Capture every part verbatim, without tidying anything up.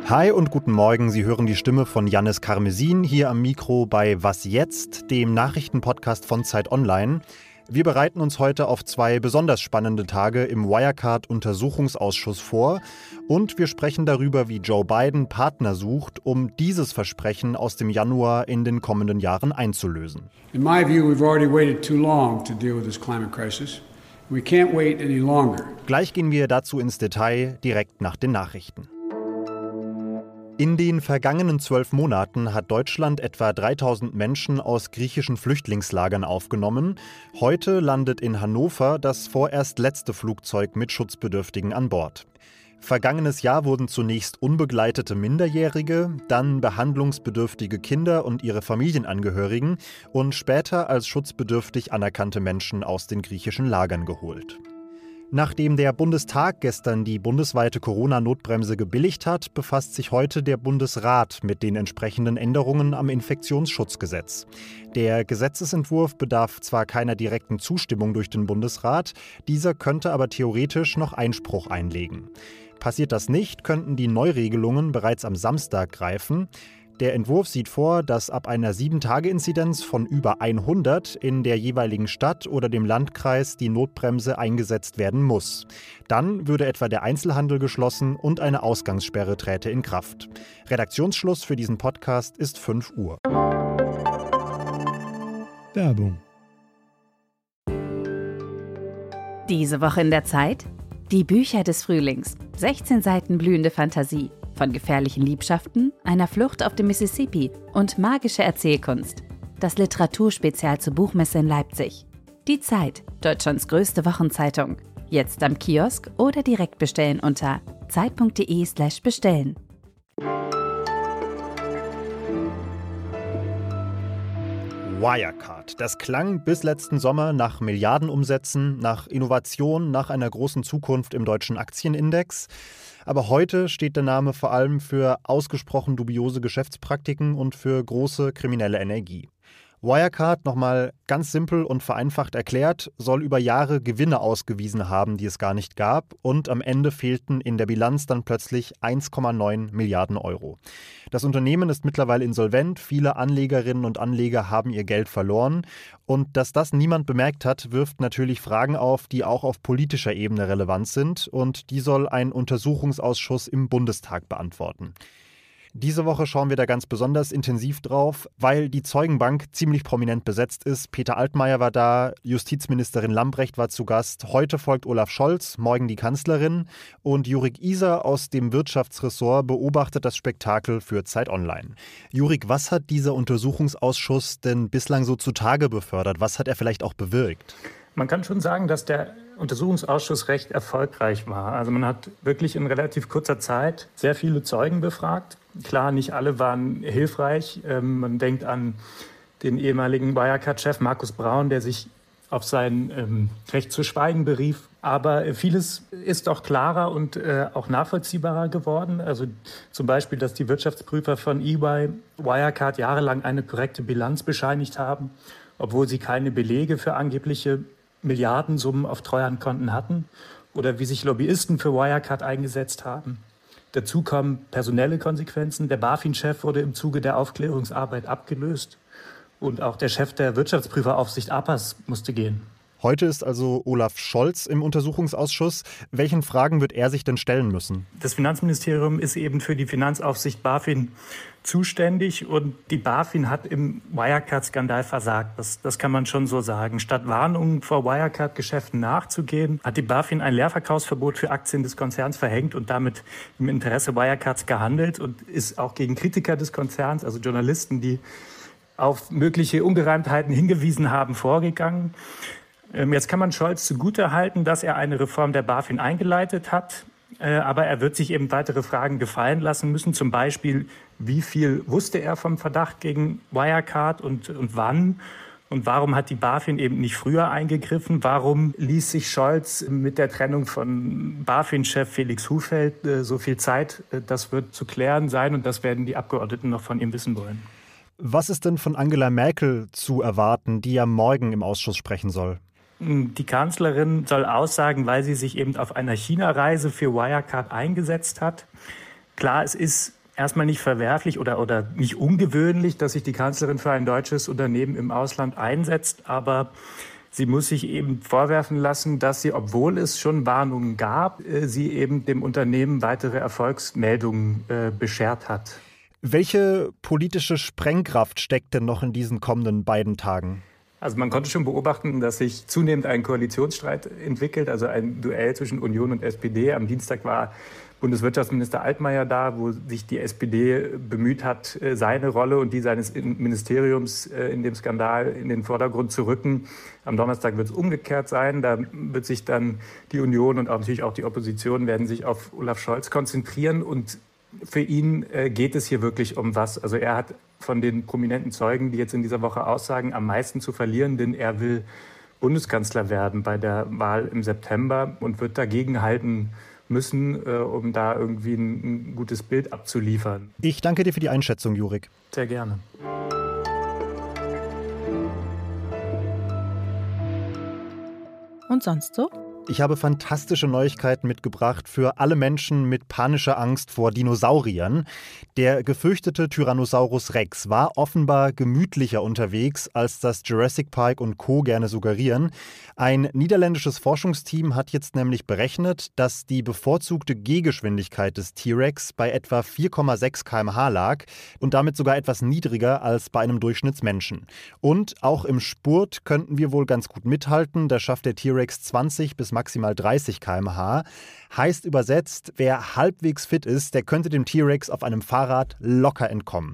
Hi und guten Morgen, Sie hören die Stimme von Jannis Karmesin hier am Mikro bei Was jetzt?, dem Nachrichtenpodcast von Zeit Online. Wir bereiten uns heute auf zwei besonders spannende Tage im Wirecard-Untersuchungsausschuss vor und wir sprechen darüber, wie Joe Biden Partner sucht, um dieses Versprechen aus dem Januar in den kommenden Jahren einzulösen. In my view, we've already waited too long to deal with this climate crisis. We can't wait any longer. Gleich gehen wir dazu ins Detail, direkt nach den Nachrichten. In den vergangenen zwölf Monaten hat Deutschland etwa dreitausend Menschen aus griechischen Flüchtlingslagern aufgenommen. Heute landet in Hannover das vorerst letzte Flugzeug mit Schutzbedürftigen an Bord. Vergangenes Jahr wurden zunächst unbegleitete Minderjährige, dann behandlungsbedürftige Kinder und ihre Familienangehörigen und später als schutzbedürftig anerkannte Menschen aus den griechischen Lagern geholt. Nachdem der Bundestag gestern die bundesweite Corona-Notbremse gebilligt hat, befasst sich heute der Bundesrat mit den entsprechenden Änderungen am Infektionsschutzgesetz. Der Gesetzesentwurf bedarf zwar keiner direkten Zustimmung durch den Bundesrat, dieser könnte aber theoretisch noch Einspruch einlegen. Passiert das nicht, könnten die Neuregelungen bereits am Samstag greifen. Der Entwurf sieht vor, dass ab einer sieben Tage Inzidenz von über hundert in der jeweiligen Stadt oder dem Landkreis die Notbremse eingesetzt werden muss. Dann würde etwa der Einzelhandel geschlossen und eine Ausgangssperre träte in Kraft. Redaktionsschluss für diesen Podcast ist fünf Uhr. Werbung. Diese Woche in der Zeit? Die Bücher des Frühlings. sechzehn Seiten blühende Fantasie. Von gefährlichen Liebschaften, einer Flucht auf dem Mississippi und magische Erzählkunst. Das Literaturspezial zur Buchmesse in Leipzig. Die Zeit, Deutschlands größte Wochenzeitung. Jetzt am Kiosk oder direkt bestellen unter zeit.de slash bestellen. Wirecard. Das klang bis letzten Sommer nach Milliardenumsätzen, nach Innovation, nach einer großen Zukunft im deutschen Aktienindex. Aber heute steht der Name vor allem für ausgesprochen dubiose Geschäftspraktiken und für große kriminelle Energie. Wirecard, nochmal ganz simpel und vereinfacht erklärt, soll über Jahre Gewinne ausgewiesen haben, die es gar nicht gab, und am Ende fehlten in der Bilanz dann plötzlich eins Komma neun Milliarden Euro. Das Unternehmen ist mittlerweile insolvent, viele Anlegerinnen und Anleger haben ihr Geld verloren und dass das niemand bemerkt hat, wirft natürlich Fragen auf, die auch auf politischer Ebene relevant sind und die soll ein Untersuchungsausschuss im Bundestag beantworten. Diese Woche schauen wir da ganz besonders intensiv drauf, weil die Zeugenbank ziemlich prominent besetzt ist. Peter Altmaier war da, Justizministerin Lambrecht war zu Gast. Heute folgt Olaf Scholz, morgen die Kanzlerin. Und Jurik Iser aus dem Wirtschaftsressort beobachtet das Spektakel für Zeit Online. Jurik, was hat dieser Untersuchungsausschuss denn bislang so zutage befördert? Was hat er vielleicht auch bewirkt? Man kann schon sagen, dass der Untersuchungsausschuss recht erfolgreich war. Also man hat wirklich in relativ kurzer Zeit sehr viele Zeugen befragt. Klar, nicht alle waren hilfreich. Ähm, man denkt an den ehemaligen Wirecard-Chef Markus Braun, der sich auf sein ähm, Recht zu schweigen berief. Aber vieles ist auch klarer und äh, auch nachvollziehbarer geworden. Also zum Beispiel, dass die Wirtschaftsprüfer von E Y Wirecard jahrelang eine korrekte Bilanz bescheinigt haben, obwohl sie keine Belege für angebliche Milliardensummen auf Treuhandkonten hatten oder wie sich Lobbyisten für Wirecard eingesetzt haben. Dazu kommen personelle Konsequenzen. Der BaFin-Chef wurde im Zuge der Aufklärungsarbeit abgelöst und auch der Chef der Wirtschaftsprüferaufsicht A P A S musste gehen. Heute ist also Olaf Scholz im Untersuchungsausschuss. Welchen Fragen wird er sich denn stellen müssen? Das Finanzministerium ist eben für die Finanzaufsicht BaFin zuständig und die BaFin hat im Wirecard-Skandal versagt. Das, das kann man schon so sagen. Statt Warnungen vor Wirecard-Geschäften nachzugehen, hat die BaFin ein Leerverkaufsverbot für Aktien des Konzerns verhängt und damit im Interesse Wirecards gehandelt und ist auch gegen Kritiker des Konzerns, also Journalisten, die auf mögliche Ungereimtheiten hingewiesen haben, vorgegangen. Jetzt kann man Scholz zugutehalten, dass er eine Reform der BaFin eingeleitet hat. Aber er wird sich eben weitere Fragen gefallen lassen müssen. Zum Beispiel, wie viel wusste er vom Verdacht gegen Wirecard und, und wann? Und warum hat die BaFin eben nicht früher eingegriffen? Warum ließ sich Scholz mit der Trennung von BaFin-Chef Felix Hufeld äh, so viel Zeit? Das wird zu klären sein und das werden die Abgeordneten noch von ihm wissen wollen. Was ist denn von Angela Merkel zu erwarten, die ja morgen im Ausschuss sprechen soll? Die Kanzlerin soll aussagen, weil sie sich eben auf einer China-Reise für Wirecard eingesetzt hat. Klar, es ist erstmal nicht verwerflich oder, oder nicht ungewöhnlich, dass sich die Kanzlerin für ein deutsches Unternehmen im Ausland einsetzt. Aber sie muss sich eben vorwerfen lassen, dass sie, obwohl es schon Warnungen gab, sie eben dem Unternehmen weitere Erfolgsmeldungen äh, beschert hat. Welche politische Sprengkraft steckt denn noch in diesen kommenden beiden Tagen? Also man konnte schon beobachten, dass sich zunehmend ein Koalitionsstreit entwickelt, also ein Duell zwischen Union und S P D. Am Dienstag war Bundeswirtschaftsminister Altmaier da, wo sich die S P D bemüht hat, seine Rolle und die seines Ministeriums in dem Skandal in den Vordergrund zu rücken. Am Donnerstag wird es umgekehrt sein. Da wird sich dann die Union und auch natürlich auch die Opposition werden sich auf Olaf Scholz konzentrieren. Und für ihn geht es hier wirklich um was. Also er hat von den prominenten Zeugen, die jetzt in dieser Woche aussagen, am meisten zu verlieren, denn er will Bundeskanzler werden bei der Wahl im September und wird dagegen halten müssen, äh, um da irgendwie ein, ein gutes Bild abzuliefern. Ich danke dir für die Einschätzung, Jurik. Sehr gerne. Und sonst so? Ich habe fantastische Neuigkeiten mitgebracht für alle Menschen mit panischer Angst vor Dinosauriern. Der gefürchtete Tyrannosaurus Rex war offenbar gemütlicher unterwegs, als das Jurassic Park und Co. gerne suggerieren. Ein niederländisches Forschungsteam hat jetzt nämlich berechnet, dass die bevorzugte Gehgeschwindigkeit des T-Rex bei etwa vier Komma sechs Kilometer pro Stunde lag und damit sogar etwas niedriger als bei einem Durchschnittsmenschen. Und auch im Spurt könnten wir wohl ganz gut mithalten. Da schafft der T-Rex zwanzig bis maximal dreißig Kilometer pro Stunde. Heißt übersetzt, wer halbwegs fit ist, der könnte dem T-Rex auf einem Fahrrad locker entkommen.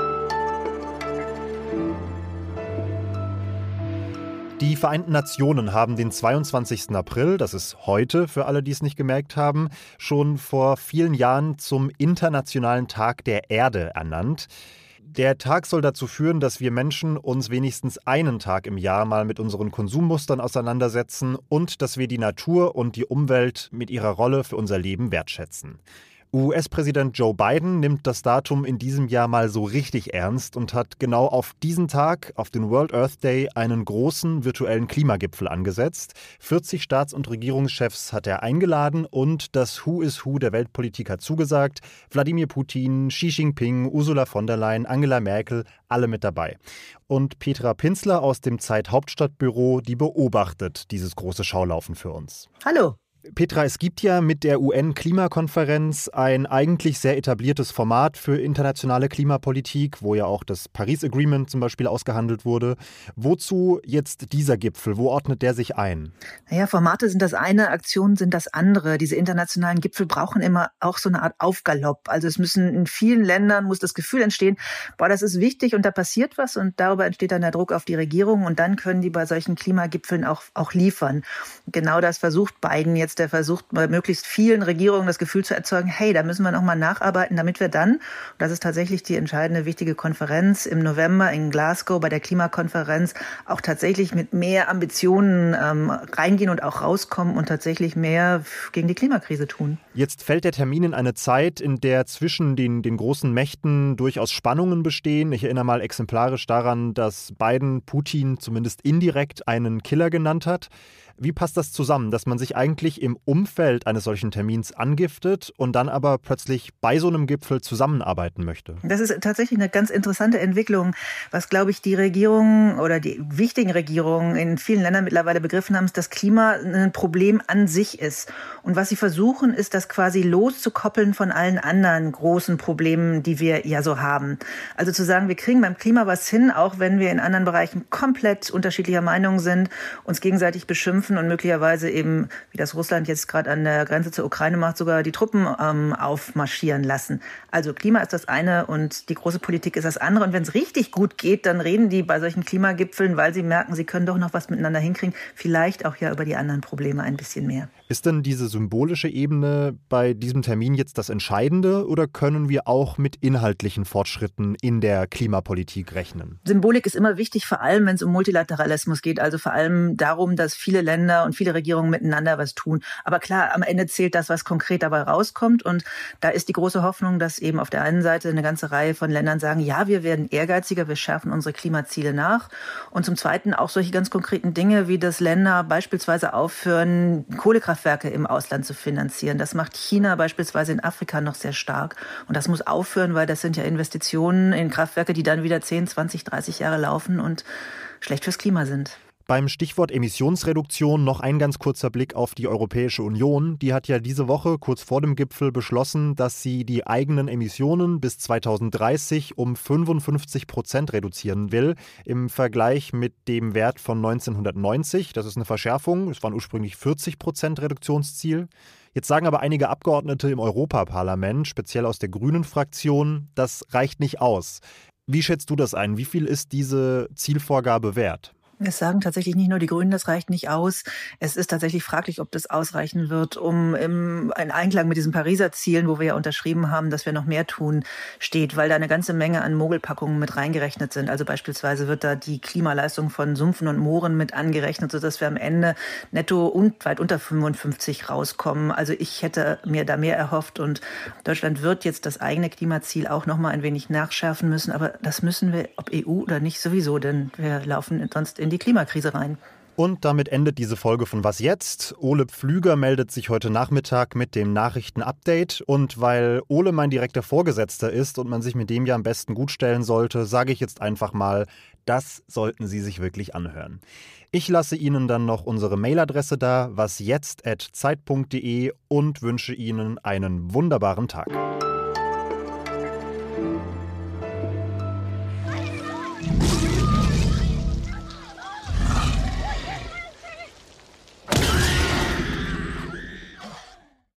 Die Vereinten Nationen haben den zweiundzwanzigsten April, das ist heute für alle, die es nicht gemerkt haben, schon vor vielen Jahren zum Internationalen Tag der Erde ernannt. Der Tag soll dazu führen, dass wir Menschen uns wenigstens einen Tag im Jahr mal mit unseren Konsummustern auseinandersetzen und dass wir die Natur und die Umwelt mit ihrer Rolle für unser Leben wertschätzen. U S-Präsident Joe Biden nimmt das Datum in diesem Jahr mal so richtig ernst und hat genau auf diesen Tag, auf den World Earth Day, einen großen virtuellen Klimagipfel angesetzt. vierzig Staats- und Regierungschefs hat er eingeladen und das Who is Who der Weltpolitik hat zugesagt. Wladimir Putin, Xi Jinping, Ursula von der Leyen, Angela Merkel, alle mit dabei. Und Petra Pinzler aus dem Zeit-Hauptstadtbüro, die beobachtet dieses große Schaulaufen für uns. Hallo. Petra, es gibt ja mit der U N-Klimakonferenz ein eigentlich sehr etabliertes Format für internationale Klimapolitik, wo ja auch das Paris Agreement zum Beispiel ausgehandelt wurde. Wozu jetzt dieser Gipfel? Wo ordnet der sich ein? Naja, Formate sind das eine, Aktionen sind das andere. Diese internationalen Gipfel brauchen immer auch so eine Art Aufgalopp. Also es müssen in vielen Ländern, muss das Gefühl entstehen, boah, das ist wichtig und da passiert was und darüber entsteht dann der Druck auf die Regierung und dann können die bei solchen Klimagipfeln auch, auch liefern. Genau das versucht Biden jetzt. Der versucht, bei möglichst vielen Regierungen das Gefühl zu erzeugen, hey, da müssen wir noch mal nacharbeiten, damit wir dann, und das ist tatsächlich die entscheidende, wichtige Konferenz im November in Glasgow bei der Klimakonferenz, auch tatsächlich mit mehr Ambitionen ähm, reingehen und auch rauskommen und tatsächlich mehr gegen die Klimakrise tun. Jetzt fällt der Termin in eine Zeit, in der zwischen den, den großen Mächten durchaus Spannungen bestehen. Ich erinnere mal exemplarisch daran, dass Biden Putin zumindest indirekt einen Killer genannt hat. Wie passt das zusammen, dass man sich eigentlich im Umfeld eines solchen Termins angiftet und dann aber plötzlich bei so einem Gipfel zusammenarbeiten möchte? Das ist tatsächlich eine ganz interessante Entwicklung. Was, glaube ich, die Regierungen oder die wichtigen Regierungen in vielen Ländern mittlerweile begriffen haben, ist, dass Klima ein Problem an sich ist. Und was sie versuchen, ist, das quasi loszukoppeln von allen anderen großen Problemen, die wir ja so haben. Also zu sagen, wir kriegen beim Klima was hin, auch wenn wir in anderen Bereichen komplett unterschiedlicher Meinung sind, uns gegenseitig beschimpfen und möglicherweise eben, wie das Russland jetzt gerade an der Grenze zur Ukraine macht, sogar die Truppen ähm, aufmarschieren lassen. Also Klima ist das eine und die große Politik ist das andere. Und wenn es richtig gut geht, dann reden die bei solchen Klimagipfeln, weil sie merken, sie können doch noch was miteinander hinkriegen. Vielleicht auch ja über die anderen Probleme ein bisschen mehr. Ist denn diese symbolische Ebene bei diesem Termin jetzt das Entscheidende oder können wir auch mit inhaltlichen Fortschritten in der Klimapolitik rechnen? Symbolik ist immer wichtig, vor allem wenn es um Multilateralismus geht. Also vor allem darum, dass viele Länder Länder und viele Regierungen miteinander was tun. Aber klar, am Ende zählt das, was konkret dabei rauskommt. Und da ist die große Hoffnung, dass eben auf der einen Seite eine ganze Reihe von Ländern sagen, ja, wir werden ehrgeiziger, wir schärfen unsere Klimaziele nach. Und zum Zweiten auch solche ganz konkreten Dinge, wie dass Länder beispielsweise aufhören, Kohlekraftwerke im Ausland zu finanzieren. Das macht China beispielsweise in Afrika noch sehr stark. Und das muss aufhören, weil das sind ja Investitionen in Kraftwerke, die dann wieder zehn, zwanzig, dreißig Jahre laufen und schlecht fürs Klima sind. Beim Stichwort Emissionsreduktion noch ein ganz kurzer Blick auf die Europäische Union. Die hat ja diese Woche kurz vor dem Gipfel beschlossen, dass sie die eigenen Emissionen bis zweitausenddreißig um fünfundfünfzig Prozent reduzieren will, im Vergleich mit dem Wert von neunzehnhundertneunzig. Das ist eine Verschärfung. Es waren ursprünglich vierzig Prozent Reduktionsziel. Jetzt sagen aber einige Abgeordnete im Europaparlament, speziell aus der Grünen-Fraktion, das reicht nicht aus. Wie schätzt du das ein? Wie viel ist diese Zielvorgabe wert? Es sagen tatsächlich nicht nur die Grünen, das reicht nicht aus. Es ist tatsächlich fraglich, ob das ausreichen wird, um im in Einklang mit diesen Pariser Zielen, wo wir ja unterschrieben haben, dass wir noch mehr tun, steht, weil da eine ganze Menge an Mogelpackungen mit reingerechnet sind. Also beispielsweise wird da die Klimaleistung von Sumpfen und Mooren mit angerechnet, sodass wir am Ende netto und weit unter fünfundfünfzig rauskommen. Also ich hätte mir da mehr erhofft und Deutschland wird jetzt das eigene Klimaziel auch noch mal ein wenig nachschärfen müssen. Aber das müssen wir, ob E U oder nicht, sowieso, denn wir laufen sonst in die Klimakrise rein. Und damit endet diese Folge von Was jetzt? Ole Pflüger meldet sich heute Nachmittag mit dem Nachrichtenupdate. Und weil Ole mein direkter Vorgesetzter ist und man sich mit dem ja am besten gut stellen sollte, sage ich jetzt einfach mal, das sollten Sie sich wirklich anhören. Ich lasse Ihnen dann noch unsere Mailadresse da, wasjetzt at zeit punkt de und wünsche Ihnen einen wunderbaren Tag.